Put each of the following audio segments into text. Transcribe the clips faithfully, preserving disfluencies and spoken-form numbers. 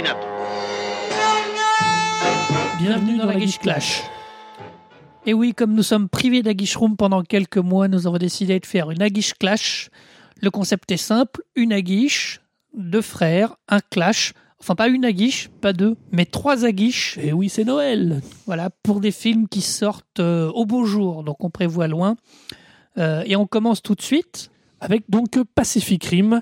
notes. Bienvenue dans la Guiche Clash. Et oui, comme nous sommes privés d'Aguiche Room pendant quelques mois, nous avons décidé de faire une Aguiche Clash. Le concept est simple, une aguiche, deux frères, un clash. Enfin, pas une aguiche, pas deux, mais trois aguiches. Et oui, c'est Noël. Voilà, pour des films qui sortent euh, au beau jour, donc on prévoit loin. Euh, et on commence tout de suite. Avec donc Pacific Rim.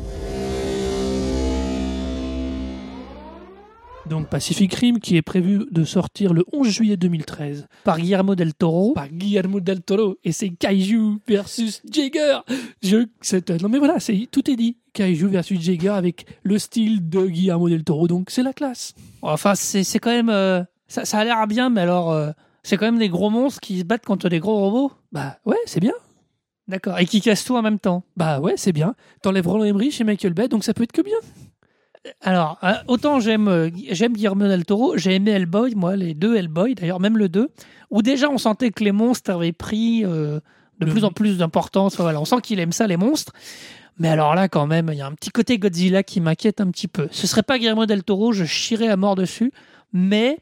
Donc Pacific Rim qui est prévu de sortir le onze juillet deux mille treize. Par Guillermo del Toro. Par Guillermo del Toro. Et c'est Kaiju versus Jaeger. Je, c'est, non mais voilà, c'est, tout est dit. Kaiju versus Jaeger avec le style de Guillermo del Toro. Donc c'est la classe. Enfin, c'est, c'est quand même... Euh, ça, ça a l'air bien, mais alors... Euh, c'est quand même des gros monstres qui se battent contre des gros robots. Bah ouais, c'est bien. D'accord. Et qui cassent tout en même temps. Bah ouais, c'est bien. T'enlèves Roland Emmerich et Michael Bay, donc ça peut être que bien. Alors, euh, autant j'aime, euh, j'aime Guillermo del Toro, j'ai aimé Hellboy, moi, les deux Hellboy, d'ailleurs même le deux, où déjà on sentait que les monstres avaient pris euh, de Le... plus en plus d'importance. Enfin, voilà, on sent qu'il aime ça, les monstres. Mais alors là, quand même, il y a un petit côté Godzilla qui m'inquiète un petit peu. Ce serait pas Guillermo del Toro, je chierais à mort dessus, mais...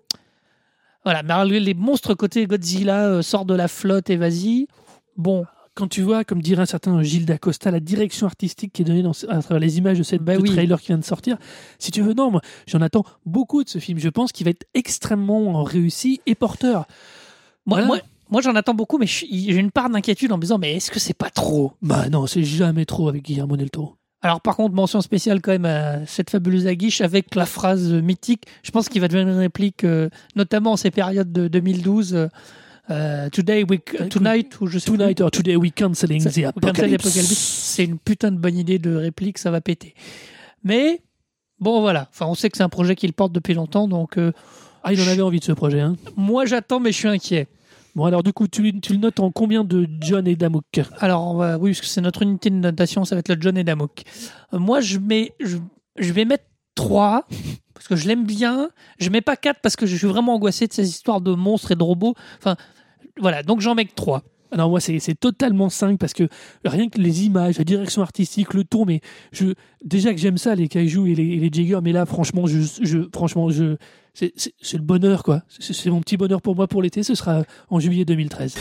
Voilà, mais les monstres côté Godzilla euh, sortent de la flotte et vas-y. Bon... Quand tu vois, comme dirait un certain Gilles D'Acosta, la direction artistique qui est donnée dans, à travers les images de cette bah oui. trailer qui vient de sortir, si tu veux, non, moi, j'en attends beaucoup de ce film. Je pense qu'il va être extrêmement réussi et porteur. Moi, voilà. moi, moi j'en attends beaucoup, mais j'ai une part d'inquiétude en me disant, mais est-ce que c'est pas trop ? Bah non, c'est jamais trop avec Guillermo del Toro. Alors par contre, mention spéciale quand même à cette fabuleuse aguiche avec la phrase mythique. Je pense qu'il va devenir une réplique, euh, notamment en ces périodes de deux mille douze. Euh, Uh, today we uh, tonight ou je sais tonight plus. or today we canceling ça, the apocalypse. C'est une putain de bonne idée de réplique, ça va péter. Mais bon voilà, enfin on sait que c'est un projet qu'il porte depuis longtemps, donc euh, ah il en avait envie de ce projet. Hein. Moi j'attends, mais je suis inquiet. Bon alors du coup tu, tu le notes en combien de John et Damouk ? Alors on va, oui parce que c'est notre unité de notation, ça va être le John et Damouk. Euh, moi je mets, je, je vais mettre trois. Parce que je l'aime bien. Je mets pas quatre parce que je suis vraiment angoissé de ces histoires de monstres et de robots. Enfin, voilà, donc j'en mets que trois. Alors moi, c'est, c'est totalement cinq parce que rien que les images, la direction artistique, le ton, mais je, déjà que j'aime ça, les kaiju et les, et les Jaeger, mais là, franchement, je, je, franchement, je, c'est, c'est, c'est le bonheur, quoi. C'est, c'est mon petit bonheur pour moi pour l'été. Ce sera en juillet deux mille treize.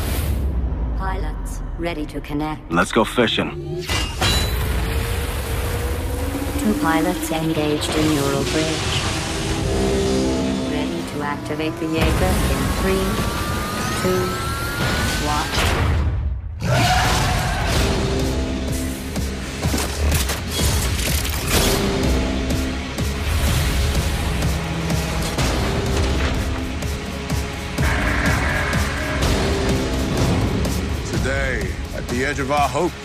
Pilots, ready to connect. Let's go fishing. Two pilots engaged in neural bridge. Ready to activate the Jaeger in three, two, one. Today, at the edge of our hope,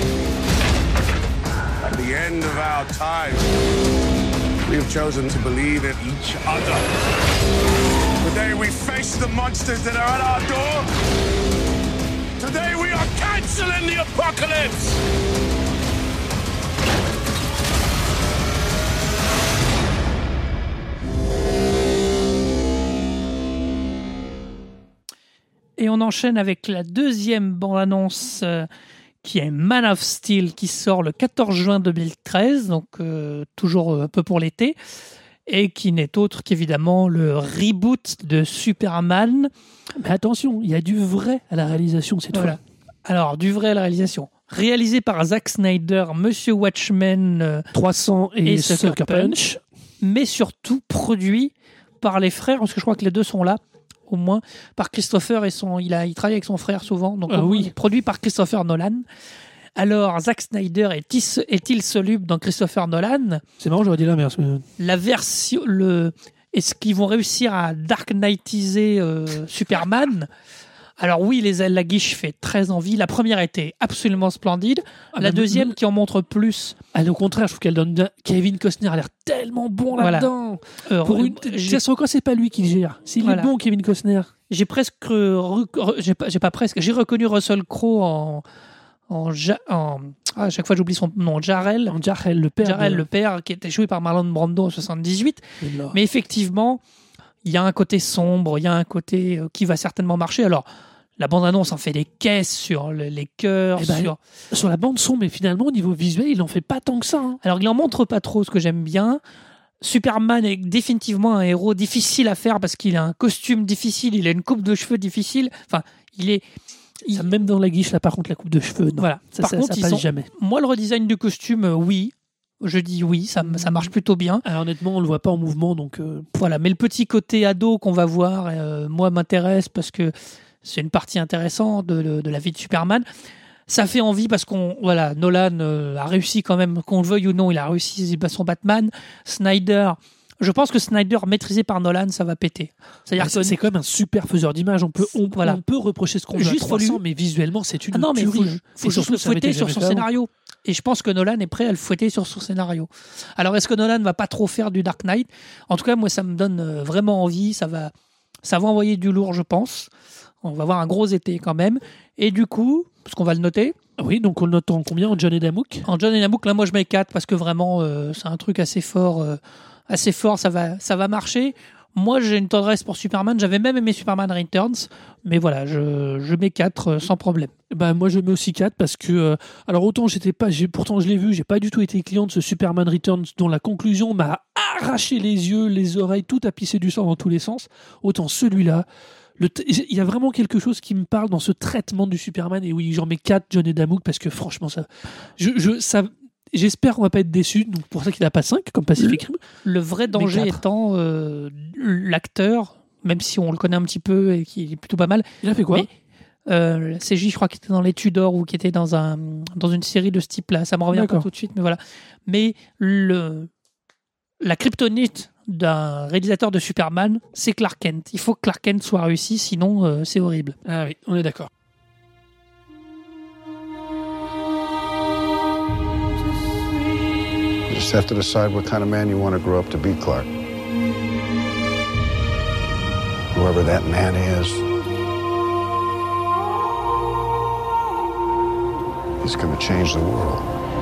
at the end of our time, we have chosen to believe in each other. Today we face the monsters that are at our door. Today we are canceling the apocalypse. Et on enchaîne avec la deuxième bande-annonce euh, qui est Man of Steel, qui sort le quatorze juin deux mille treize, donc euh, toujours un peu pour l'été, et qui n'est autre qu'évidemment le reboot de Superman. Mais attention, il y a du vrai à la réalisation cette voilà. fois. Alors, du vrai à la réalisation. Réalisé par Zack Snyder, Monsieur Watchmen euh, trois cents et, et Sucker Punch. Punch, mais surtout produit par les frères, parce que je crois que les deux sont là, au moins, par Christopher et son... Il, a, il travaille avec son frère souvent, donc ah, oui. produit par Christopher Nolan. Alors, Zack Snyder est-il, est-il soluble dans Christopher Nolan ? C'est marrant, j'aurais dit l'inverse. Mais... La version... Le, est-ce qu'ils vont réussir à Dark Knightiser euh, Superman ? Alors oui, les ailes, la guiche fait très envie. La première était absolument splendide. Ah, la deuxième, qui en montre plus. Ah, au contraire, je trouve qu'elle donne bien. Kevin Costner a l'air tellement bon là-dedans. Voilà. Euh, Pour une... j'ai... Quoi, c'est pas lui qui le gère. S'il voilà. est bon, Kevin Costner. J'ai presque, re... j'ai pas, j'ai pas presque, j'ai reconnu Russell Crowe en, en, ja... en... Ah, à chaque fois j'oublie son nom, Jarrell. En Jarrell, le père. Jarrell, de... le père, qui était joué par Marlon Brando en soixante-dix-huit. Mais effectivement, il y a un côté sombre, il y a un côté qui va certainement marcher. Alors. La bande-annonce en fait des caisses sur le, les cœurs. Eh ben, sur... sur la bande-son, mais finalement, au niveau visuel, il en fait pas tant que ça. Hein. Alors, il en montre pas trop, ce que j'aime bien. Superman est définitivement un héros difficile à faire parce qu'il a un costume difficile, il a une coupe de cheveux difficile. Enfin, il est. Il... Même dans la guiche, là, par contre, la coupe de cheveux, non. Voilà. Ça, par ça, contre, ça ils passe sont... jamais. Moi, le redesign du costume, euh, oui. Je dis oui, ça, ça marche plutôt bien. Alors, honnêtement, on le voit pas en mouvement, donc. Euh... Voilà, mais le petit côté ado qu'on va voir, euh, moi, m'intéresse parce que c'est une partie intéressante de, de, de la vie de Superman. Ça fait envie parce qu'on, voilà, Nolan euh, a réussi quand même, qu'on le veuille ou non, il a réussi son Batman. Snyder. Je pense que Snyder, maîtrisé par Nolan, ça va péter. C'est-à-dire ah, que c'est quand même un super faiseur d'images. On peut, on, voilà. on peut reprocher ce qu'on veut à trois cents, mais visuellement, c'est une ah non, mais tuerie. il faut, faut surtout le fouetter sur son scénario. Et je pense que Nolan est prêt à le fouetter sur son scénario. Alors, est-ce que Nolan va pas trop faire du Dark Knight ? En tout cas, moi, ça me donne vraiment envie. Ça va, ça va envoyer du lourd, je pense. On va avoir un gros été quand même. Et du coup, parce qu'on va le noter. Oui, donc on le note en combien en John et Damouk ? En John et Damouk, là, moi, je mets quatre parce que vraiment, euh, c'est un truc assez fort. Euh, assez fort, ça va, ça va marcher. Moi, j'ai une tendresse pour Superman. J'avais même aimé Superman Returns. Mais voilà, je, je mets quatre euh, sans problème. Bah, moi, je mets aussi quatre parce que... Euh, alors, autant j'étais pas... J'ai, pourtant, je l'ai vu. J'ai pas du tout été client de ce Superman Returns dont la conclusion m'a arraché les yeux, les oreilles, tout a pissé du sang dans tous les sens. Autant celui-là... Le t- il y a vraiment quelque chose qui me parle dans ce traitement du Superman. Et oui, j'en mets quatre, John et Damouk, parce que franchement, ça... Je, je, ça J'espère qu'on va pas être déçus, donc pour ça qu'il n'a pas cinq comme Pacific Rim. Le vrai danger étant euh, l'acteur, même si on le connaît un petit peu et qu'il est plutôt pas mal. Il a fait quoi ? Mais, euh, C J, je crois qu'il était dans les Tudors ou qui était dans, un, dans une série de ce type-là. Ça me revient D'accord. pas tout de suite, mais voilà. Mais le, la kryptonite d'un réalisateur de Superman, c'est Clark Kent. Il faut que Clark Kent soit réussi, sinon euh, c'est horrible. Ah oui, on est d'accord. You just have to decide what kind of man you want to grow up to be, Clark. Whoever that man is, he's going to change the world.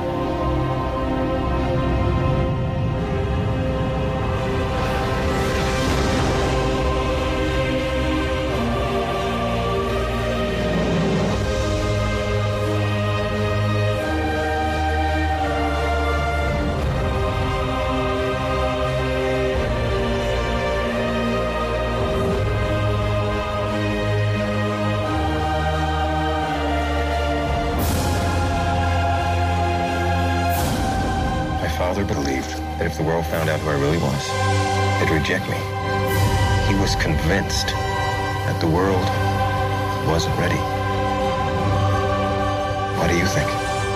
If the world found out who I really was, they'd reject me. He was convinced that the world wasn't ready. What do you think?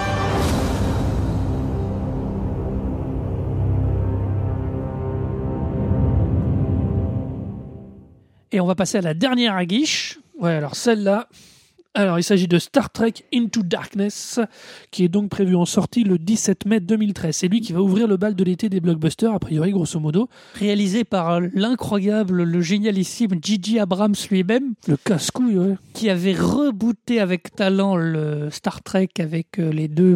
Et on va passer à la dernière aguiche. Ouais, alors celle-là... Alors, il s'agit de Star Trek Into Darkness, qui est donc prévu en sortie le dix-sept mai deux mille treize. C'est lui qui va ouvrir le bal de l'été des blockbusters, a priori, grosso modo. Réalisé par l'incroyable, le génialissime J J Abrams lui-même. Le casse-couille, ouais. Qui avait rebooté avec talent le Star Trek avec les deux...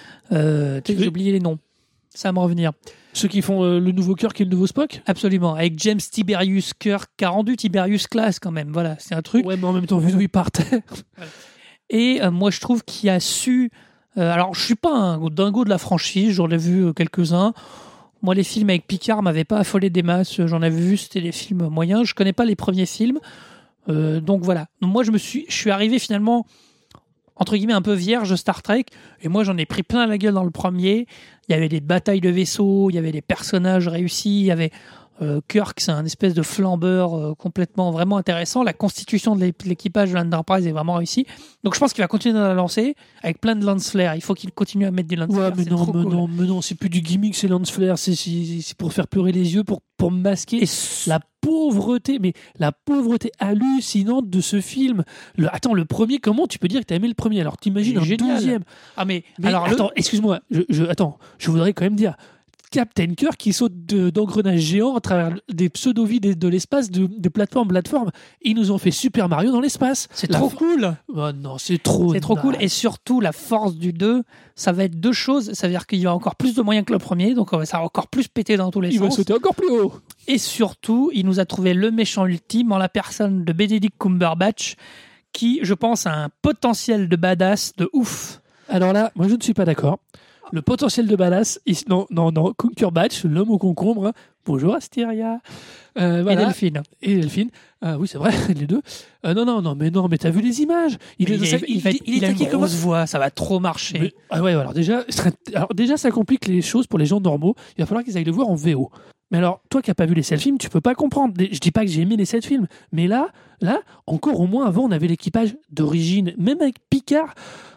Euh, j'ai oublié les noms. Ça va me revenir. Ceux qui font euh, le nouveau Kirk et le nouveau Spock ? Absolument, avec James Tiberius Kirk, qui a rendu Tiberius classe quand même. Voilà, c'est un truc. Ouais, mais en même temps, vu d'où il partait. Voilà. Et euh, moi, je trouve qu'il a su. Euh, alors, je suis pas un dingo de la franchise, j'en ai vu euh, quelques-uns. Moi, les films avec Picard m'avaient pas affolé des masses. J'en avais vu, c'était des films moyens. Je connais pas les premiers films, euh, donc voilà. Donc, moi, je me suis, je suis arrivé finalement, entre guillemets, un peu vierge de Star Trek. Et moi, j'en ai pris plein la gueule dans le premier. Il y avait des batailles de vaisseaux, il y avait des personnages réussis, il y avait euh, Kirk, c'est un espèce de flambeur euh, complètement vraiment intéressant. La constitution de l'équipage de l'Enterprise est vraiment réussie. Donc je pense qu'il va continuer à la lancer avec plein de lance flares. Il faut qu'il continue à mettre du lance flares. Ouais, mais non, mais cool. non, mais non, c'est plus du gimmick, c'est lance flares, c'est, c'est, c'est pour faire pleurer les yeux, pour, pour masquer et la pauvreté, mais la pauvreté hallucinante de ce film. Le, attends, le premier, comment tu peux dire que t'as aimé le premier ? Alors t'imagines un douzième. Ah mais, mais alors attends, le... excuse-moi, je, je, attends, je voudrais quand même dire. Captain Kirk qui saute de, d'engrenages géants à travers des pseudo-vies de, de l'espace, de, de plateforme en plateforme. Ils nous ont fait Super Mario dans l'espace. C'est la trop f... cool. Oh non, c'est trop C'est trop nice. cool. Et surtout, la force du deux, ça va être deux choses. Ça veut dire qu'il y a encore plus de moyens que le premier, donc ça va encore plus péter dans tous les il sens. Il va sauter encore plus haut. Et surtout, il nous a trouvé le méchant ultime en la personne de Benedict Cumberbatch, qui, je pense, a un potentiel de badass de ouf. Alors là, moi je ne suis pas d'accord. le potentiel de badass. il- Non, non, non. Cumberbatch, l'homme au concombre. hein. Bonjour Asteria. Euh, Et voilà. Delphine. Et Delphine. Ah oui, c'est vrai, les deux. Euh, non, non, non, mais non, mais t'as vu les images Il, est- il, est- il va être- il il est a une taqué comme grosse voix, ça va trop marcher. mais- ah ouais, alors déjà, ce serait- alors déjà, ça complique les choses pour les gens normaux. Il va falloir qu'ils aillent le voir en V O. Mais alors, toi qui n'as pas vu les sept films, tu peux pas comprendre. Je dis pas que j'ai aimé les sept films, mais là, là, encore au moins avant, on avait l'équipage d'origine. Même avec Picard,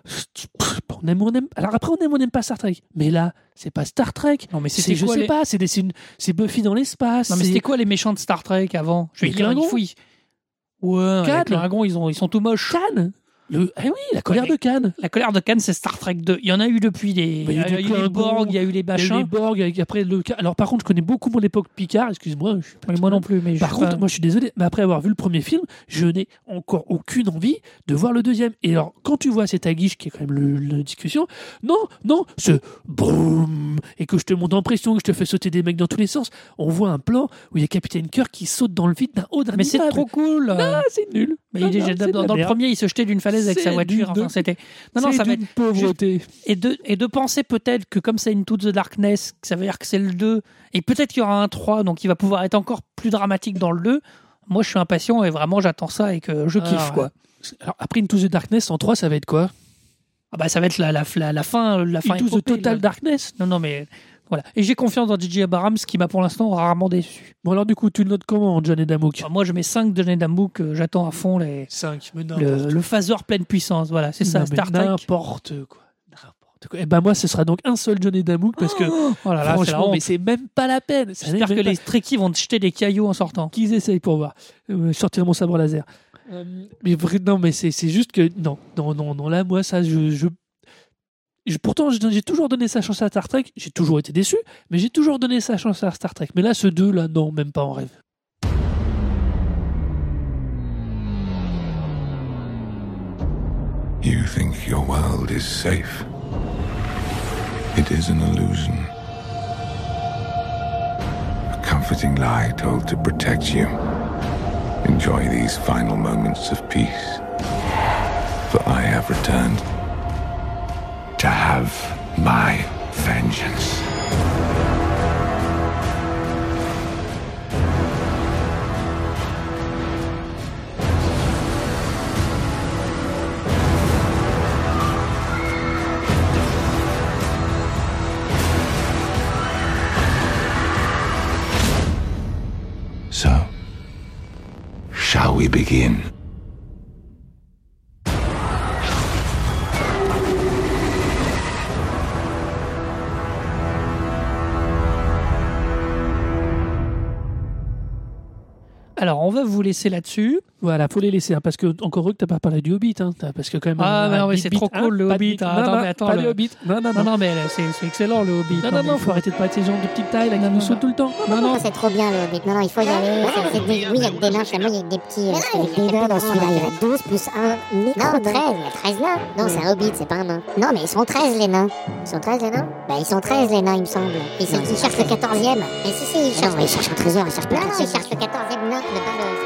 pff, on aime, on aime. Alors après, on aime, on n'aime pas Star Trek. Mais là, c'est pas Star Trek. Non, mais C'est, c'était je quoi sais les... pas, c'est, des, c'est, une- c'est Buffy dans l'espace. Non, mais c'est- c'était quoi les méchants de Star Trek avant? Je vais Les dire une Klingons fouille. Ouais, les Khan. Klingons, ils, ont, ils sont tout moches. Cannes. Le... Eh oui, la colère Ouais, de Cannes. La colère de Khan, c'est Star Trek deux. Il y en a eu depuis les. Bah, Il y a eu, des les Klingons, Borg, il y a eu les Il y a eu machins. les Borg, avec- après le. Alors par contre, je connais beaucoup mon époque Picard. Excuse-moi. Je suis pas Ouais, moi non plus, mais je Par sais contre, pas. moi je suis désolé, mais après avoir vu le premier film, je n'ai encore aucune envie de voir le deuxième. Et alors, quand tu vois cette aguiche qui est quand même le, la discussion, non, non, ce boum, et que je te monte en pression, que je te fais sauter des mecs dans tous les sens, on voit un plan où il y a Capitaine Kirk qui saute dans le vide d'un haut d'un Mais c'est immeuble. trop cool. Ah, c'est nul. Mais Non, il est- non, c'est de dans, la dans le merde. premier, il se jetait d'une falaise avec C'est sa voiture. d'une- Enfin, c'était. Non, non, C'est ça va d'une être. pauvreté. Et de, et de penser peut-être que comme c'est Into the Darkness, que ça veut dire que c'est le deux, et peut-être qu'il y aura un trois, donc il va pouvoir être encore plus dramatique dans le deux. Moi, je suis impatient et vraiment, j'attends ça et que je kiffe, Alors, quoi. Alors, après Into the Darkness, en trois, ça va être quoi Ah bah, ça va être la, la, la, la fin. La fin Into the épopée, Total là. Darkness. Non, non, mais voilà. Et j'ai confiance dans J J Abrams, qui m'a pour l'instant rarement déçu. Bon, alors du coup, tu le notes comment, John et Damouk Enfin, moi, je mets cinq de Nedambook, euh, j'attends à fond les, cinq, mais le, le phaser pleine puissance. Voilà, c'est ça, Non, mais Star Trek. N'importe quoi. N'importe quoi. Et ben moi, ce sera donc un seul Johnny Damouk parce que Oh là là, c'est la franchement, honte. mais c'est même pas la peine. Ça J'espère n'est que même les Trekkies vont te jeter des cailloux en sortant. pas- qu'ils essayent pour voir. Euh, je sortirai mon sabre laser. Euh, mais vrai- non, mais c'est c'est juste que non, non, non, non. Là, moi, ça, je, je, je- pourtant, je- j'ai toujours donné sa chance à Star Trek. J'ai toujours été déçu, mais j'ai toujours donné sa chance à Star Trek. Mais là, ce deux, là, non, même pas en rêve. You think your world is safe. It is an illusion. A comforting lie told to protect you. Enjoy these final moments of peace. For I have returned to have my vengeance. So, shall we begin? Alors, on va vous laisser là-dessus. Voilà, faut les laisser, hein, parce que encore heureux que t'as pas parlé du Hobbit, hein, t'as- parce que quand même. Ah, un- mais un non, mais Big c'est Beat, trop hein, cool, le pas de Hobbit. Beat. Ah, Non, attends, non, mais attends, pas le- de Hobbit. Non, non, Non, non. non, mais là, c'est c'est excellent, le Hobbit. Non, non, non, faut arrêter de parler de ces gens de petite taille là qui Non, nous non, sautent tout le temps. Non, non, C'est trop bien le Hobbit. Non, non, il faut y aller. C'est- c'est des- Oui, il y a que des nains. Chez moi, il y a que des petits. euh, Il y a des nains dans celui-là. Il y en a douze plus un micro. Non, treize. Il y a treize nains. Non, c'est un Hobbit, c'est pas un nain. Non, mais ils sont treize les nains. Ils sont treize les nains Bah, ils sont treize les nains, il me semble. Ils, ils cherchent le quatorzième. Mais si, si, ils cherchent. Non, ils cherchent un trésor, ils cherchent pas le quatorzième. Non, non, ils cherchent le quatorzième nain. Ne pas le.